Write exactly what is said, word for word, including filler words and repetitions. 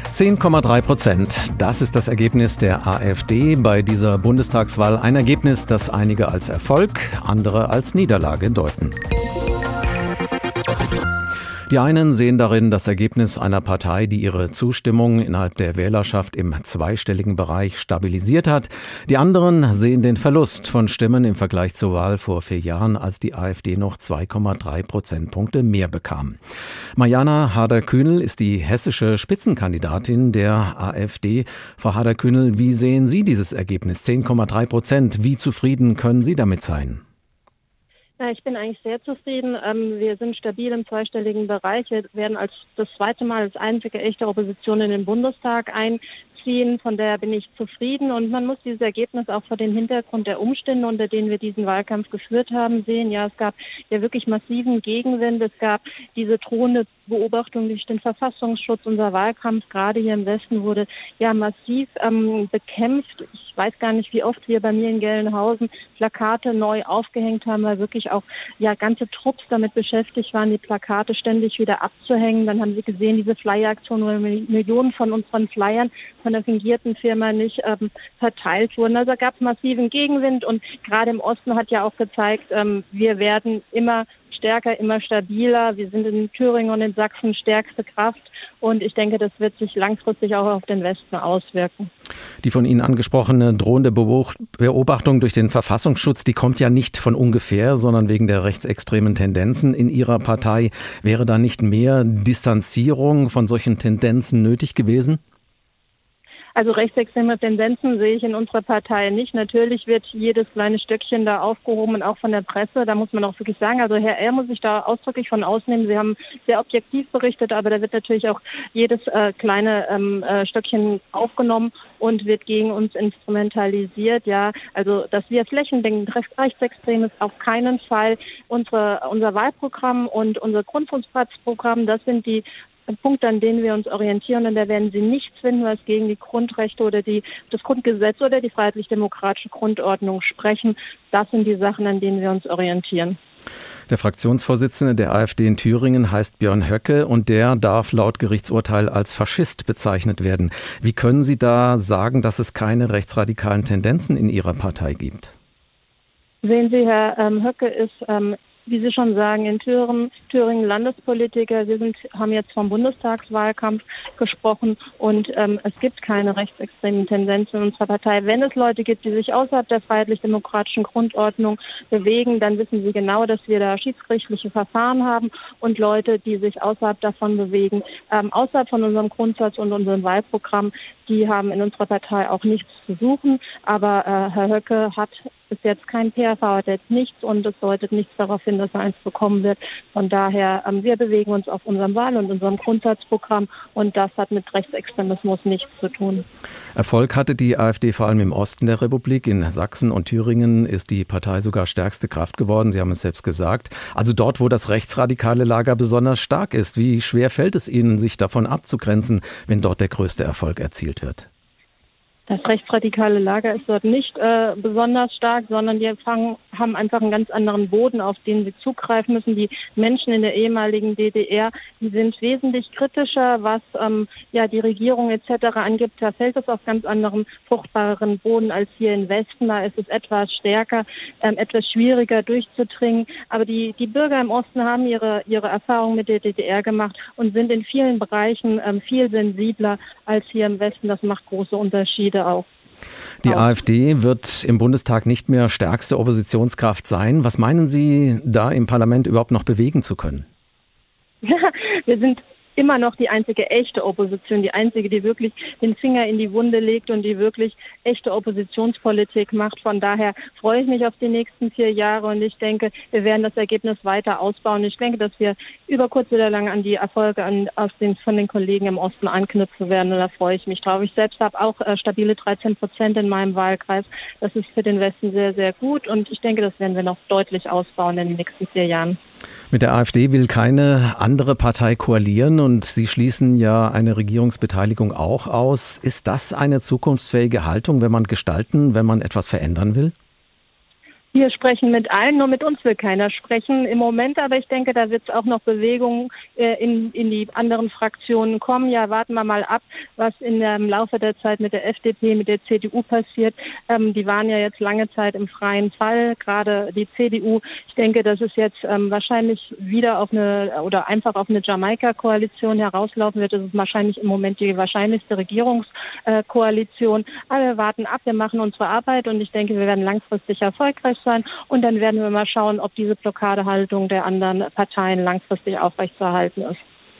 zehn Komma drei Prozent. Das ist das Ergebnis der AfD bei dieser Bundestagswahl. Ein Ergebnis, das einige als Erfolg, andere als Niederlage deuten. Die einen sehen darin das Ergebnis einer Partei, die ihre Zustimmung innerhalb der Wählerschaft im zweistelligen Bereich stabilisiert hat. Die anderen sehen den Verlust von Stimmen im Vergleich zur Wahl vor vier Jahren, als die AfD noch zwei Komma drei Prozentpunkte mehr bekam. Mariana Harder-Kühnel ist die hessische Spitzenkandidatin der AfD. Frau Harder-Kühnel, wie sehen Sie dieses Ergebnis? zehn Komma drei Prozent. Wie zufrieden können Sie damit sein? Ja, ich bin eigentlich sehr zufrieden. Wir sind stabil im zweistelligen Bereich. Wir werden als das zweite Mal als einzige echte Opposition in den Bundestag einziehen. Von daher bin ich zufrieden. Und man muss dieses Ergebnis auch vor dem Hintergrund der Umstände, unter denen wir diesen Wahlkampf geführt haben, sehen. Ja, es gab ja wirklich massiven Gegenwind. Es gab diese drohende Beobachtung durch den Verfassungsschutz. Unser Wahlkampf gerade hier im Westen wurde ja massiv ähm, bekämpft. Ich weiß gar nicht, wie oft wir bei mir in Gelnhausen Plakate neu aufgehängt haben, weil wirklich auch ja ganze Trupps damit beschäftigt waren, die Plakate ständig wieder abzuhängen. Dann haben Sie gesehen, diese Flyer-Aktion, wo Millionen von unseren Flyern von der fingierten Firma nicht ähm, verteilt wurden. Also gab es massiven Gegenwind und gerade im Osten hat ja auch gezeigt, ähm, wir werden immer stärker, immer stabiler. Wir sind in Thüringen und in Sachsen stärkste Kraft und ich denke, das wird sich langfristig auch auf den Westen auswirken. Die von Ihnen angesprochene drohende Beobachtung durch den Verfassungsschutz, die kommt ja nicht von ungefähr, sondern wegen der rechtsextremen Tendenzen in Ihrer Partei. Wäre da nicht mehr Distanzierung von solchen Tendenzen nötig gewesen? Also rechtsextreme Tendenzen sehe ich in unserer Partei nicht. Natürlich wird jedes kleine Stöckchen da aufgehoben und auch von der Presse. Da muss man auch wirklich sagen, also Herr R. muss sich da ausdrücklich von ausnehmen. Sie haben sehr objektiv berichtet, aber da wird natürlich auch jedes äh, kleine ähm, äh, Stöckchen aufgenommen und wird gegen uns instrumentalisiert. Ja, also dass wir flächendeckend rechtsextrem ist auf keinen Fall. Unsere, unser Wahlprogramm und unser Grundfunkprogramm, das sind die Punkt, an denen wir uns orientieren, und da werden Sie nichts finden, was gegen die Grundrechte oder die, das Grundgesetz oder die freiheitlich-demokratische Grundordnung sprechen. Das sind die Sachen, an denen wir uns orientieren. Der Fraktionsvorsitzende der AfD in Thüringen heißt Björn Höcke und der darf laut Gerichtsurteil als Faschist bezeichnet werden. Wie können Sie da sagen, dass es keine rechtsradikalen Tendenzen in Ihrer Partei gibt? Sehen Sie, Herr ähm, Höcke ist ähm, wie Sie schon sagen, in Thüringen, Thüringen Landespolitiker. Wir sind, haben jetzt vom Bundestagswahlkampf gesprochen und ähm, es gibt keine rechtsextremen Tendenzen in unserer Partei. Wenn es Leute gibt, die sich außerhalb der freiheitlich-demokratischen Grundordnung bewegen, dann wissen Sie genau, dass wir da schiedsgerichtliche Verfahren haben und Leute, die sich außerhalb davon bewegen, ähm, außerhalb von unserem Grundsatz und unserem Wahlprogramm, die haben in unserer Partei auch nichts zu suchen. Aber äh, Herr Höcke hat bis jetzt kein P R V, hat jetzt nichts und es deutet nichts darauf hin, dass er eins bekommen wird. Von daher, ähm, wir bewegen uns auf unserem Wahl- und unserem Grundsatzprogramm und das hat mit Rechtsextremismus nichts zu tun. Erfolg hatte die AfD vor allem im Osten der Republik. In Sachsen und Thüringen ist die Partei sogar stärkste Kraft geworden. Sie haben es selbst gesagt. Also dort, wo das rechtsradikale Lager besonders stark ist. Wie schwer fällt es Ihnen, sich davon abzugrenzen, wenn dort der größte Erfolg erzielt wird? Das rechtsradikale Lager ist dort nicht äh, besonders stark, sondern die fangen, haben einfach einen ganz anderen Boden, auf den sie zugreifen müssen. Die Menschen in der ehemaligen D D R, die sind wesentlich kritischer, was ähm, ja die Regierung et cetera angibt. Da fällt es auf ganz anderem, fruchtbareren Boden als hier im Westen. Da ist es etwas stärker, ähm, etwas schwieriger durchzudringen. Aber die, die Bürger im Osten haben ihre, ihre Erfahrung mit der D D R gemacht und sind in vielen Bereichen ähm, viel sensibler als hier im Westen. Das macht große Unterschiede auch. Die AfD wird im Bundestag nicht mehr stärkste Oppositionskraft sein. Was meinen Sie, da im Parlament überhaupt noch bewegen zu können? Ja, wir sind immer noch die einzige echte Opposition, die einzige, die wirklich den Finger in die Wunde legt und die wirklich echte Oppositionspolitik macht. Von daher freue ich mich auf die nächsten vier Jahre und ich denke, wir werden das Ergebnis weiter ausbauen. Ich denke, dass wir über kurz oder lang an die Erfolge an, aus den, von den Kollegen im Osten anknüpfen werden und da freue ich mich drauf. Ich selbst habe auch äh, stabile dreizehn Prozent in meinem Wahlkreis. Das ist für den Westen sehr, sehr gut und ich denke, das werden wir noch deutlich ausbauen in den nächsten vier Jahren. Mit der AfD will keine andere Partei koalieren und Sie schließen ja eine Regierungsbeteiligung auch aus. Ist das eine zukunftsfähige Haltung, wenn man gestalten, wenn man etwas verändern will? Wir sprechen mit allen, nur mit uns will keiner sprechen im Moment. Aber ich denke, da wird es auch noch Bewegungen äh, in, in die anderen Fraktionen kommen. Ja, warten wir mal ab, was in der, im Laufe der Zeit mit der F D P, mit der C D U passiert. Ähm, die waren ja jetzt lange Zeit im freien Fall, gerade die C D U. Ich denke, dass es jetzt ähm, wahrscheinlich wieder auf eine oder einfach auf eine Jamaika-Koalition herauslaufen wird. Das ist wahrscheinlich im Moment die wahrscheinlichste Regierungskoalition. Aber wir warten ab, wir machen unsere Arbeit und ich denke, wir werden langfristig erfolgreich sein. Und dann werden wir mal schauen, ob diese Blockadehaltung der anderen Parteien langfristig aufrechtzuerhalten ist.